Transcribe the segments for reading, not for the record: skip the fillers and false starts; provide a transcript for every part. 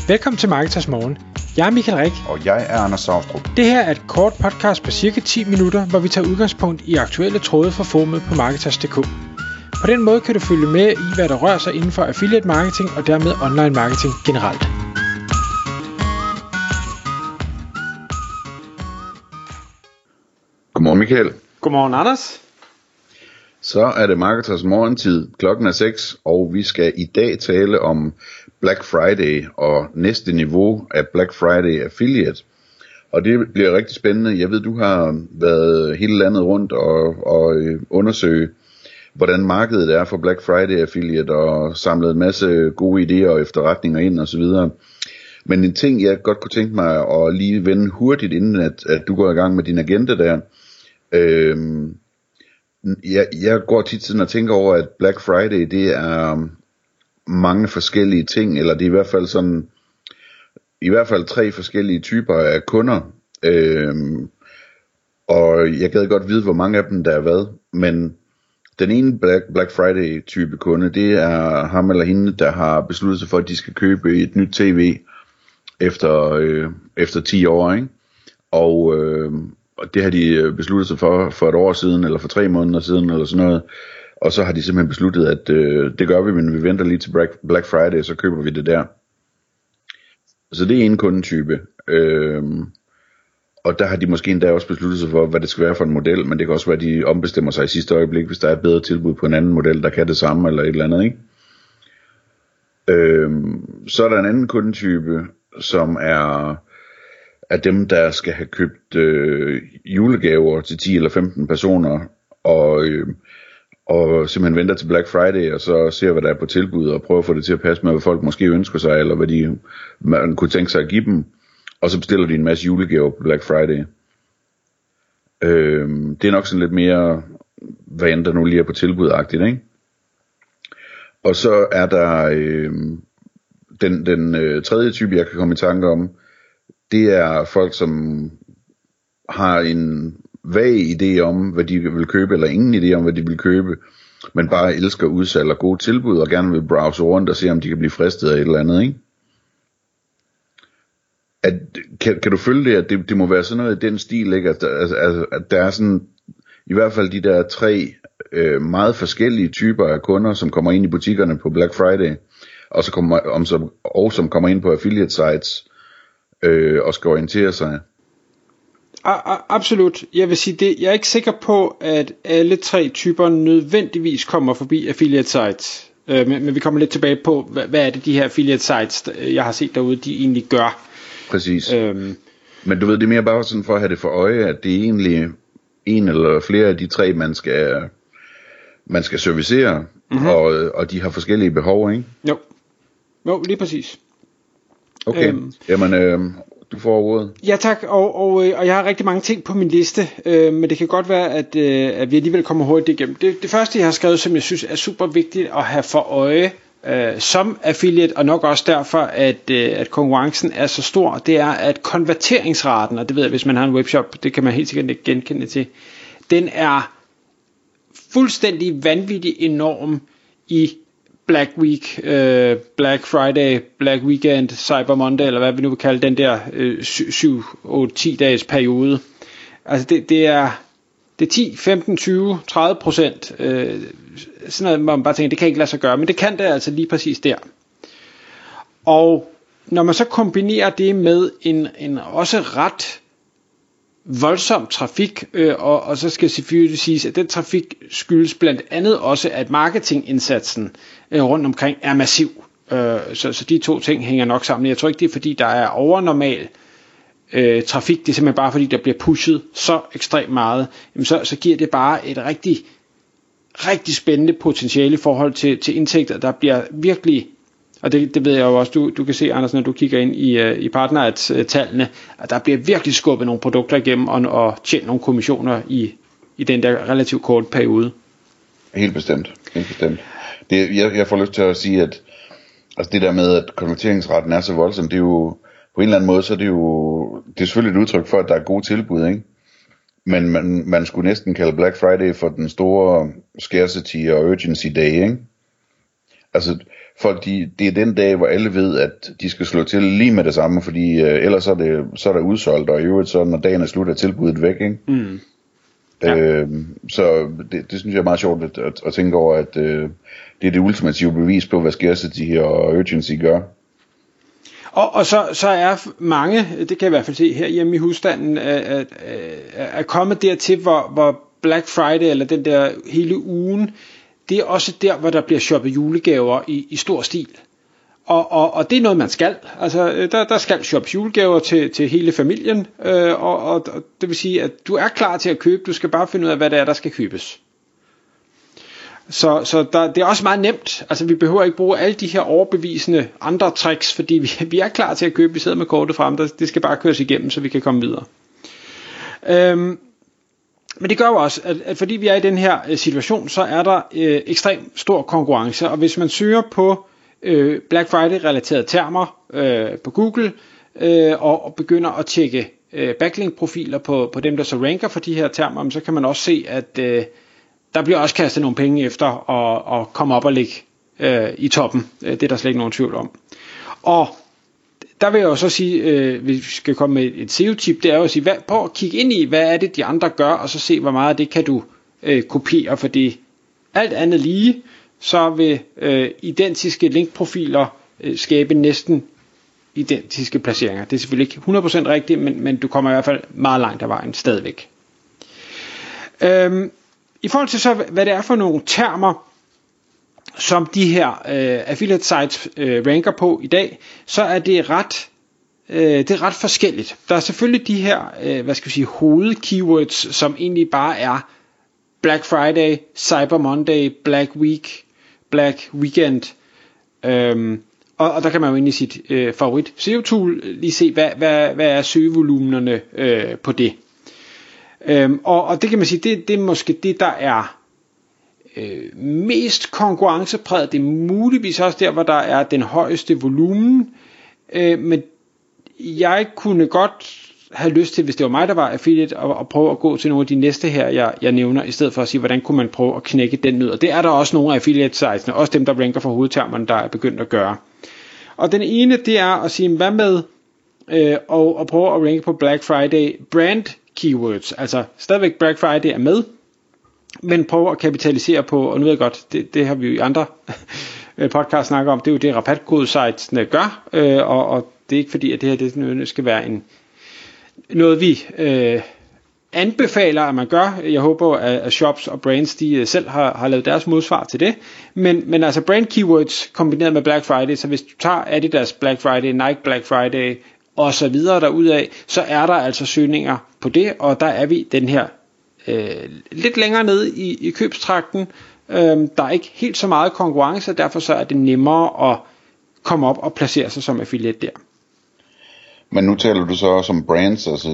Velkommen til Marketers Morgen. Jeg er Michael Rik. Og jeg er Anders Saustrup. Det her er et kort podcast på cirka 10 minutter, hvor vi tager udgangspunkt i aktuelle tråde fra forumet på Marketers.dk. På den måde kan du følge med i, hvad der rører sig inden for affiliate marketing og dermed online marketing generelt. Godmorgen Michael. Godmorgen Anders. Så er det Marketers morgentid. Klokken er 6, og vi skal i dag tale om Black Friday og næste niveau af Black Friday Affiliate. Og det bliver rigtig spændende. Jeg ved, du har været hele landet rundt og undersøge, hvordan markedet er for Black Friday Affiliate og samlet en masse gode idéer og efterretninger ind og så videre. Men en ting, jeg godt kunne tænke mig at lige vende hurtigt, inden at du går i gang med din agenda der. Jeg går tit sådan og tænker over, at Black Friday, det er mange forskellige ting, eller det er i hvert fald 3 forskellige typer af kunder. Og jeg gad godt vide, hvor mange af dem der er hvad, men den ene Black Friday type kunde, det er ham eller hende, der har besluttet sig for, at de skal købe et nyt tv efter 10 år, ikke? Og det har de besluttet sig for et år siden, eller for 3 måneder siden, eller sådan noget. Og så har de simpelthen besluttet, at det gør vi, men vi venter lige til Black Friday, så køber vi det der. Så det er en kundetype. Og der har de måske endda også besluttet sig for, hvad det skal være for en model, men det kan også være, at de ombestemmer sig i sidste øjeblik, hvis der er et bedre tilbud på en anden model, der kan det samme, eller et eller andet, ikke? Så er der en anden kundetype, som er dem, der skal have købt julegaver til 10 eller 15 personer, og simpelthen venter til Black Friday, og så ser, hvad der er på tilbud, og prøver at få det til at passe med, hvad folk måske ønsker sig, eller hvad man kunne tænke sig at give dem, og så bestiller de en masse julegaver på Black Friday. Det er nok sådan lidt mere, hvad end der nu lige er på tilbud-agtigt, ikke? Og så er der den tredje type, jeg kan komme i tanke om, det er folk, som har en vag idé om, hvad de vil købe, eller ingen idé om, hvad de vil købe, men bare elsker udsalg og gode tilbud, og gerne vil browse rundt og se, om de kan blive fristet af et eller andet, ikke? Kan du følge det, at det må være sådan noget i den stil, ikke? At der er sådan, i hvert fald de der 3 meget forskellige typer af kunder, som kommer ind i butikkerne på Black Friday, og som kommer ind på affiliate sites, og skal orientere sig. Absolut. Jeg vil sige det. Jeg er ikke sikker på, at alle 3 typer nødvendigvis kommer forbi affiliate sites. Men vi kommer lidt tilbage på, hvad er det de her affiliate sites, jeg har set derude, de egentlig gør. Præcis. Men du ved, det er mere bare sådan for at have det for øje, at det er egentlig en eller flere af de 3, man skal servicere, mm-hmm. og de har forskellige behov, ikke? Jo, lige præcis. Okay, jamen du får ordet. Ja tak, og jeg har rigtig mange ting på min liste, men det kan godt være, at vi alligevel kommer hurtigt igennem. Det første jeg har skrevet, som jeg synes er super vigtigt at have for øje som affiliate, og nok også derfor, at konkurrencen er så stor, det er, at konverteringsraten, og det ved jeg, hvis man har en webshop, det kan man helt sikkert ikke genkende til, den er fuldstændig vanvittig enorm i Black Week, Black Friday, Black Weekend, Cyber Monday, eller hvad vi nu vil kalde den der 7-8-10 dages periode. Altså det er 10, 15, 20, 30%. Sådan noget, man bare tænker, det kan ikke lade sig gøre, men det kan det altså lige præcis der. Og når man så kombinerer det med en også ret voldsom trafik, og så skal selvfølgelig siges, at den trafik skyldes blandt andet også, at marketingindsatsen rundt omkring er massiv. Så de 2 ting hænger nok sammen. Jeg tror ikke, det er fordi, der er overnormal trafik. Det er simpelthen bare fordi, der bliver pushet så ekstremt meget. Jamen så giver det bare et rigtig, rigtig spændende potentiale i forhold til indtægter, der bliver virkelig. Og det ved jeg jo også, du kan se, Anders, når du kigger ind i partnertallene, at der bliver virkelig skubbet nogle produkter igennem og tjent nogle kommissioner i den der relativt korte periode. Helt bestemt. Jeg får lyst til at sige, at altså det der med, at konverteringsraten er så voldsom, det er jo på en eller anden måde, så det er selvfølgelig et udtryk for, at der er gode tilbud, ikke? Men man skulle næsten kalde Black Friday for den store scarcity og urgency day, ikke? Altså folk, det er den dag, hvor alle ved, at de skal slå til lige med det samme, fordi ellers så er der udsolgt, og i øvrigt så, når dagen er slut, er tilbuddet væk, ikke? Mm. Ja. Så det synes jeg er meget sjovt at tænke over, at det er det ultimative bevis på, hvad scarcity og urgency gør. Og så er mange, det kan jeg i hvert fald se her hjemme i husstanden, er kommet dertil, hvor Black Friday, eller den der hele ugen, det er også der, hvor der bliver shoppet julegaver i stor stil. Og det er noget, man skal. Altså, der skal shoppes julegaver til hele familien, og det vil sige, at du er klar til at købe, du skal bare finde ud af, hvad det er, der skal købes. Så det er også meget nemt. Altså, vi behøver ikke bruge alle de her overbevisende andre tricks, fordi vi er klar til at købe, vi sidder med kortet frem, det skal bare køres igennem, så vi kan komme videre. Men det gør jo også, at fordi vi er i den her situation, så er der ekstremt stor konkurrence, og hvis man søger på Black Friday-relaterede termer på Google, og begynder at tjekke backlink-profiler på dem, der så ranker for de her termer, så kan man også se, at der bliver også kastet nogle penge efter at komme op og ligge i toppen. Det er der slet ikke nogen tvivl om. Og der vil jeg jo så sige, hvis vi skal komme med et SEO-tip, det er jo at sige, prøv at kigge ind i, hvad er det de andre gør, og så se, hvor meget af det kan du kopiere, fordi alt andet lige, så vil identiske linkprofiler skabe næsten identiske placeringer. Det er selvfølgelig ikke 100% rigtigt, men du kommer i hvert fald meget langt af vejen stadigvæk. I forhold til så, hvad det er for nogle termer, som de her affiliate sites ranker på i dag, så er det ret forskelligt. Der er selvfølgelig de her, hoved-keywords, som egentlig bare er Black Friday, Cyber Monday, Black Week, Black Weekend, og der kan man jo ind i sit favorit SEO-tool lige se, hvad er søgevolumenerne på det. Og det kan man sige, det er måske det, der er mest konkurrencepræget. Det er muligvis også der, hvor der er den højeste volumen, men jeg kunne godt have lyst til, hvis det var mig, der var affiliate, at prøve at gå til nogle af de næste her, jeg nævner, i stedet for at sige, hvordan kunne man prøve at knække den ned. Og det er der også nogle af affiliate sitesene, også dem, der ranker for hovedtermerne, der er begyndt at gøre. Og den ene, det er at sige, hvad med at prøve at ranke på Black Friday brand keywords, altså stadigvæk Black Friday er med, men prøve at kapitalisere på, og nu ved jeg godt, det har vi jo i andre podcast snakket om, det er jo det rabatkodesitesene gør, og det er ikke fordi, at det her det skal være noget vi anbefaler, at man gør. Jeg håber, at shops og brands, de selv har lavet deres modsvar til det, men altså brand keywords kombineret med Black Friday, så hvis du tager Adidas Black Friday, Nike Black Friday og så videre derudaf, så er der altså søgninger på det, og der er vi den her lidt længere nede i købstrakten. Der er ikke helt så meget konkurrence, og derfor så er det nemmere at komme op og placere sig som affiliate der. Men nu taler du så også om brands, altså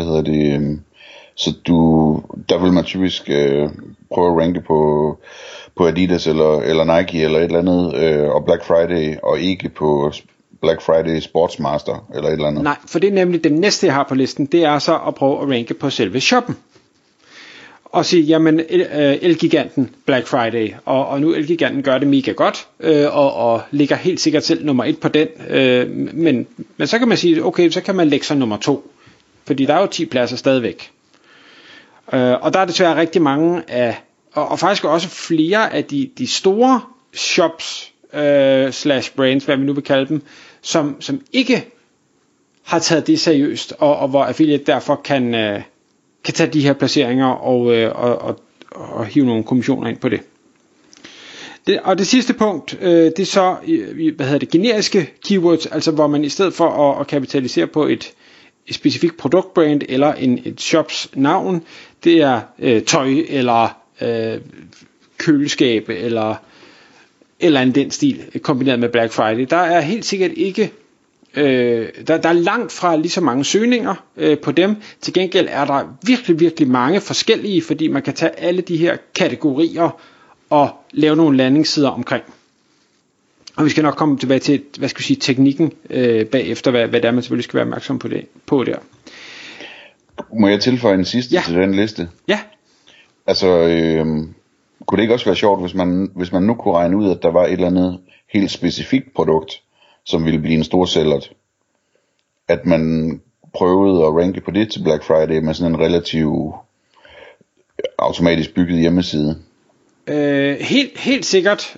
så der vil man typisk prøve at ranke på Adidas eller Nike eller et eller andet, og Black Friday, og ikke på Black Friday Sportsmaster eller et eller andet. Nej, for det er nemlig det næste, jeg har på listen, det er så at prøve at ranke på selve shoppen. Og sige, jamen Elgiganten Black Friday, og nu Elgiganten gør det mega godt, og ligger helt sikkert selv nummer 1 på den, men så kan man sige, okay, så kan man lægge sig nummer 2, fordi der er jo 10 pladser stadigvæk. Og der er desværre rigtig mange af, og faktisk også flere af de store shops, slash brands, hvad vi nu vil kalde dem, som ikke har taget det seriøst, og hvor affiliate derfor kan tage de her placeringer og hive nogle kommissioner ind på det. Og det sidste punkt, det er så generiske keywords, altså hvor man i stedet for at kapitalisere på et specifikt produktbrand eller et shops navn, det er tøj eller køleskab eller andet den stil kombineret med Black Friday. Der er helt sikkert ikke der er langt fra lige så mange søgninger på dem. Til gengæld er der virkelig, virkelig mange forskellige, fordi man kan tage alle de her kategorier og lave nogle landingssider omkring. Og vi skal nok komme tilbage til, teknikken bagefter, hvad det er, man selvfølgelig skal være opmærksom på der. Må jeg tilføje en sidste til den liste? Ja. Altså, kunne det ikke også være sjovt, hvis man nu kunne regne ud, at der var et eller andet helt specifikt produkt, som ville blive en stor sælger, at man prøvede at ranke på det til Black Friday med sådan en relativt automatisk bygget hjemmeside? Helt sikkert.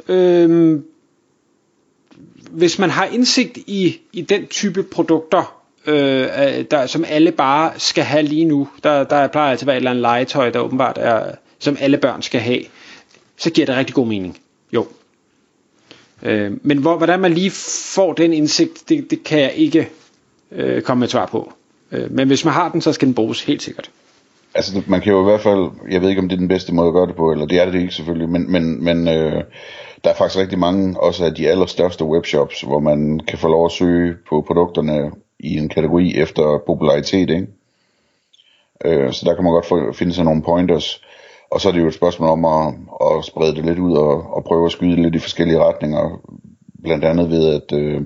Hvis man har indsigt i den type produkter, som alle bare skal have lige nu, der plejer altid at være et eller andet legetøj, der åbenbart er, som alle børn skal have, så giver det rigtig god mening. Jo. Men hvordan man lige får den indsigt, det kan jeg ikke komme med et svar på. Men hvis man har den, så skal den bruges helt sikkert. Altså man kan jo i hvert fald, jeg ved ikke om det er den bedste måde at gøre det på, eller det er det ikke selvfølgelig, men der er faktisk rigtig mange, også af de allerstørste webshops, hvor man kan få lov at søge på produkterne i en kategori efter popularitet, ikke? Så der kan man godt finde sig nogle pointers, og så er det jo et spørgsmål om at sprede det lidt ud og prøve at skyde lidt i forskellige retninger, blandt andet ved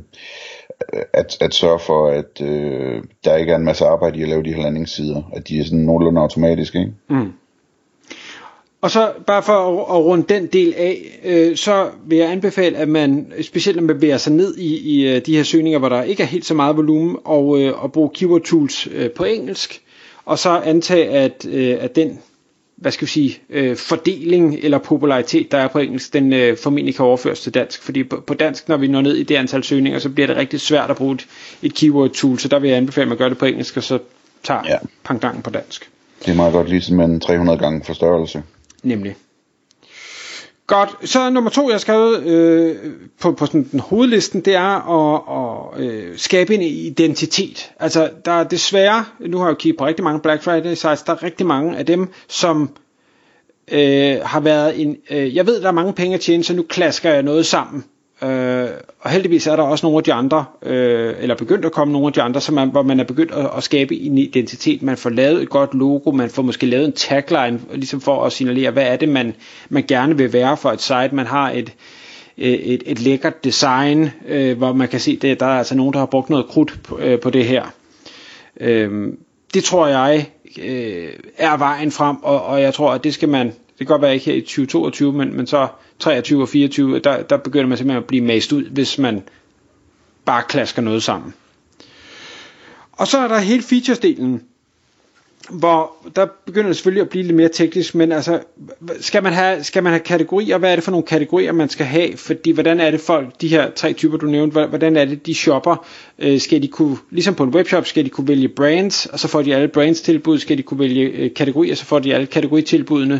at sørge for, at der ikke er en masse arbejde i at lave de her landingssider, at de er sådan nogenlunde automatiske, ikke? Mm. Og så bare for at runde den del af, så vil jeg anbefale, at man, specielt når man bevæger sig ned i de her søgninger, hvor der ikke er helt så meget volumen, og bruge keyword tools på engelsk, og så antage, at den, hvad skal vi sige, fordeling eller popularitet, der er på engelsk, den formentlig kan overføres til dansk. Fordi på dansk, når vi når ned i det antal søgninger, så bliver det rigtig svært at bruge et keyword tool, så der vil jeg anbefale, at man gør det på engelsk, og så tager pangdangen på dansk. Det er meget godt, ligesom en 300 gange forstørrelse. Nemlig. Godt, så nummer 2, jeg har skrevet på sådan den hovedlisten, det er at skabe en identitet. Altså, der er desværre, nu har jeg jo kigget på rigtig mange Black Friday sites, der er rigtig mange af dem, som har været jeg ved, der er mange penge at tjene, så nu klasker jeg noget sammen. Og heldigvis er der også nogle af de andre, eller begyndt at komme nogle af de andre, hvor man er begyndt at skabe en identitet. Man får lavet et godt logo, man får måske lavet en tagline, ligesom for at signalere, hvad er det, man gerne vil være for et site. Man har et lækkert design, hvor man kan se, der er altså nogen, der har brugt noget krudt på det her. Det tror jeg er vejen frem, og jeg tror, at det skal man, det kan godt være ikke her i 2022, men så 23 og 24, der begynder man simpelthen at blive mast ud, hvis man bare klasker noget sammen. Og så er der hele features-delen, hvor der begynder det selvfølgelig at blive lidt mere teknisk, men altså, skal man have kategorier? Hvad er det for nogle kategorier, man skal have? Fordi hvordan er det folk, de her 3 typer, du nævnte, hvordan er det, de shopper? Skal de kunne, ligesom på en webshop, skal de kunne vælge brands, og så får de alle brands tilbud, skal de kunne vælge kategorier, så får de alle kategoritilbudene.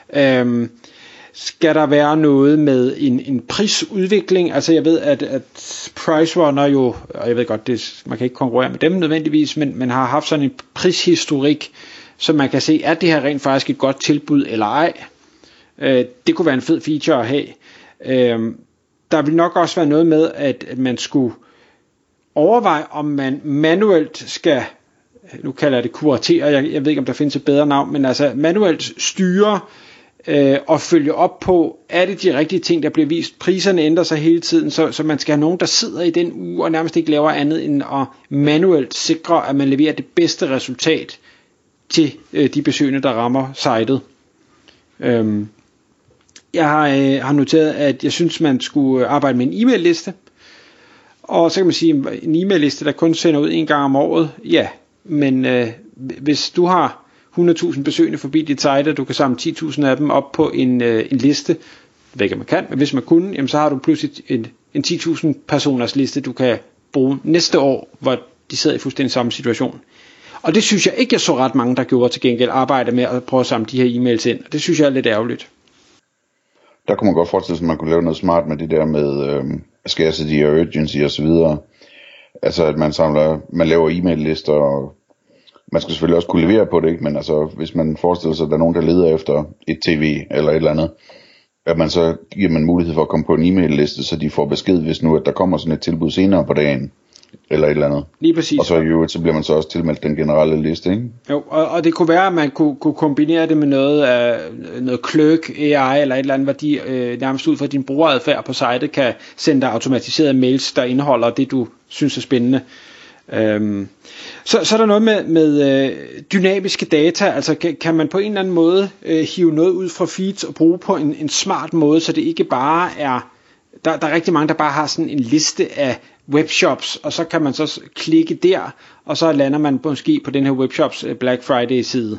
Skal der være noget med en prisudvikling? Altså jeg ved, at PriceRunner jo, og jeg ved godt, man kan ikke konkurrere med dem nødvendigvis, men har haft sådan en prishistorik, så man kan se, er det her rent faktisk et godt tilbud eller ej? Det kunne være en fed feature at have. Der vil nok også være noget med, at man skulle overveje, om man manuelt skal, nu kalder jeg det kuratere, jeg ved ikke, om der findes et bedre navn, men altså manuelt styre og følge op på, er det de rigtige ting, der bliver vist. Priserne ændrer sig hele tiden, så man skal have nogen, der sidder i den uge og nærmest ikke laver andet end at manuelt sikre, at man leverer det bedste resultat til de besøgende, der rammer sitet. Jeg har noteret, at jeg synes, man skulle arbejde med en e-mail-liste, og så kan man sige, en e-mail-liste, der kun sender ud en gang om året, ja, men hvis du har 100.000 besøgende forbi dit site, og du kan samle 10.000 af dem op på en liste, hvilket man kan, men hvis man kunne, jamen, så har du pludselig en 10.000 personers liste, du kan bruge næste år, hvor de sidder i fuldstændig samme situation. Og det synes jeg ikke, jeg så ret mange, der gjorde til gengæld arbejde med at prøve at samle de her e-mails ind, og det synes jeg er lidt ærgerligt. Der kunne man godt forestille sig, at man kunne lave noget smart med det der med scarcity og urgency og så videre. Altså at man laver e-mail-lister, og man skal selvfølgelig også kunne levere på det, ikke? Men altså, hvis man forestiller sig, at der er nogen, der leder efter et tv eller et eller andet, at man så giver man mulighed for at komme på en e-mail-liste, så de får besked, hvis nu at der kommer sådan et tilbud senere på dagen, eller et eller andet. Lige præcis. Og så bliver man så også tilmeldt den generelle liste, ikke? Jo, og det kunne være, at man kunne kombinere det med noget Clerk AI eller et eller andet, hvor de nærmest ud fra din brugeradfærd på sitet kan sende dig automatiserede mails, der indeholder det, du synes er spændende. Så er der noget med dynamiske data. Altså kan man på en eller anden måde hive noget ud fra feeds og bruge på en smart måde, så det ikke bare er der er rigtig mange, der bare har sådan en liste af webshops, og så kan man så klikke der, og så lander man måske på den her webshops Black Friday side.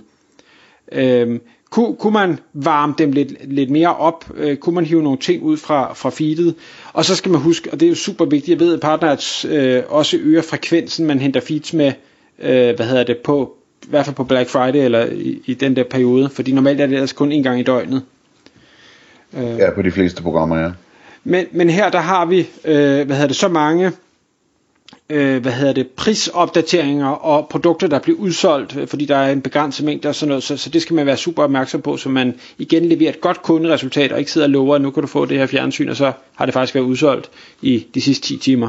Kunne man varme dem lidt mere op? Kunne man hive nogle ting ud fra feedet? Og så skal man huske, og det er jo super vigtigt, jeg ved, at Partners også øger frekvensen, man henter feeds med, på, i hvert fald på Black Friday, eller i den der periode, fordi normalt er det ellers kun en gang i døgnet. Ja, på de fleste programmer, ja. Men her der har vi, så mange prisopdateringer og produkter, der bliver udsolgt, fordi der er en begrænset mængde og sådan noget, så det skal man være super opmærksom på, så man igen leverer et godt kunderesultat, og ikke sidder og lover, at nu kan du få det her fjernsyn, og så har det faktisk været udsolgt i de sidste 10 timer.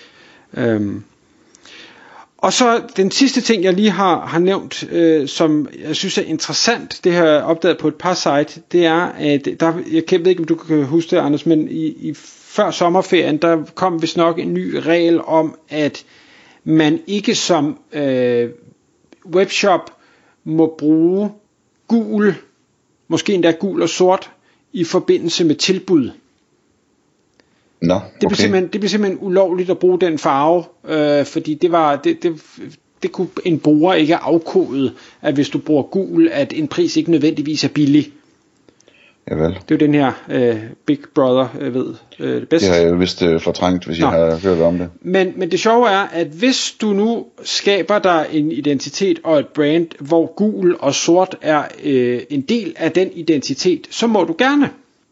Og så den sidste ting, jeg lige har nævnt, som jeg synes er interessant, det har jeg opdaget på et par site, det er, at jeg ved ikke, om du kan huske det, Anders, men i før sommerferien, der kom vist nok en ny regel om, at man ikke som webshop må bruge gul, måske endda gul og sort, i forbindelse med tilbud. No, okay. Det blev simpelthen ulovligt at bruge den farve, fordi det kunne en bruger ikke afkode, at hvis du bruger gul, at en pris ikke nødvendigvis er billig. Javel. Det er jo den her Big Brother ved det bedste. Det har jeg vist fortrængt, hvis jeg har hørt om det. Men det sjove er, at hvis du nu skaber dig en identitet og et brand, hvor gul og sort er en del af den identitet, så må du gerne.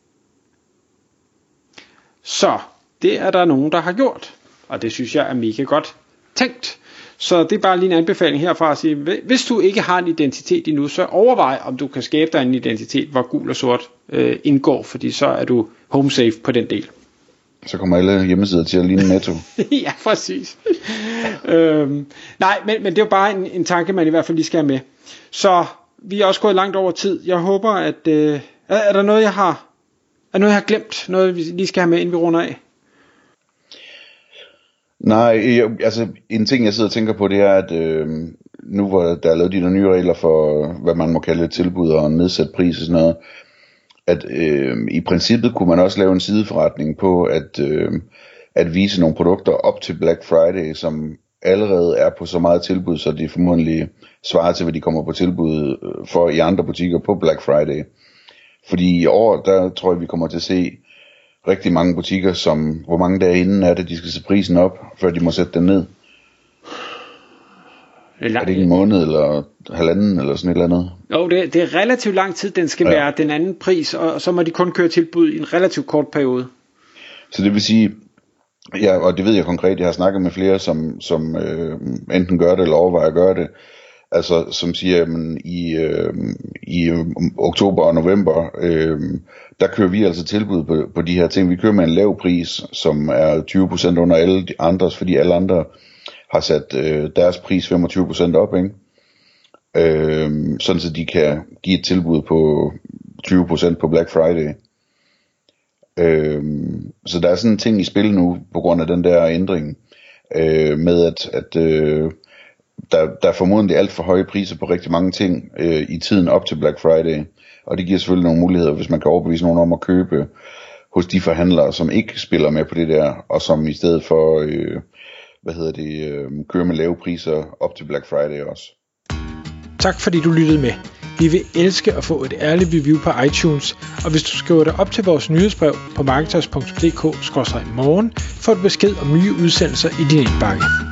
Så det er der nogen, der har gjort, og det synes jeg er mega godt tænkt. Så det er bare lige en anbefaling herfra at sige, hvis du ikke har en identitet endnu, så overvej, om du kan skabe dig en identitet, hvor gul og sort indgår, fordi så er du home safe på den del. Så kommer alle hjemmesider til at ligne Netto. Ja, præcis. Nej, men det er jo bare en tanke, man i hvert fald lige skal have med. Så vi er også gået langt over tid. Jeg håber, at er der noget, jeg har glemt, noget vi lige skal have med, inden vi runder af? Nej, altså en ting jeg sidder og tænker på, det er, at nu hvor der er lavet de der nye regler for, hvad man må kalde et tilbud og en nedsat pris og sådan noget, at i princippet kunne man også lave en sideforretning på at vise nogle produkter op til Black Friday, som allerede er på så meget tilbud, så de formodentlig svarer til, hvad de kommer på tilbud for i andre butikker på Black Friday. Fordi i år, der tror jeg, vi kommer til at se rigtig mange butikker, som hvor mange dage inden er det, de skal sætte prisen op, før de må sætte den ned. Er det ikke en måned eller halvanden eller sådan et eller andet? Jo, det er relativt lang tid, den skal være den anden pris, og så må de kun køre tilbud i en relativt kort periode. Så det vil sige, ja, og det ved jeg konkret, jeg har snakket med flere, som enten gør det eller overvejer at gøre det, altså som siger, jamen, i oktober og november, der kører vi altså tilbud på de her ting. Vi kører med en lav pris, som er 20% under alle de andres, fordi alle andre har sat deres pris 25% op, ikke? Sådan så de kan give et tilbud på 20% på Black Friday. Så der er sådan en ting i spil nu, på grund af den der ændring, med at der er formodentlig alt for høje priser på rigtig mange ting i tiden op til Black Friday, og det giver selvfølgelig nogle muligheder, hvis man kan overbevise nogen om at købe hos de forhandlere, som ikke spiller med på det der, og som i stedet for kører med lave priser op til Black Friday også. Tak fordi du lyttede med. Vi vil elske at få et ærligt review på iTunes, og hvis du skriver dig op til vores nyhedsbrev på marketers.dk/morgen, får du besked om nye udsendelser i din indbakke.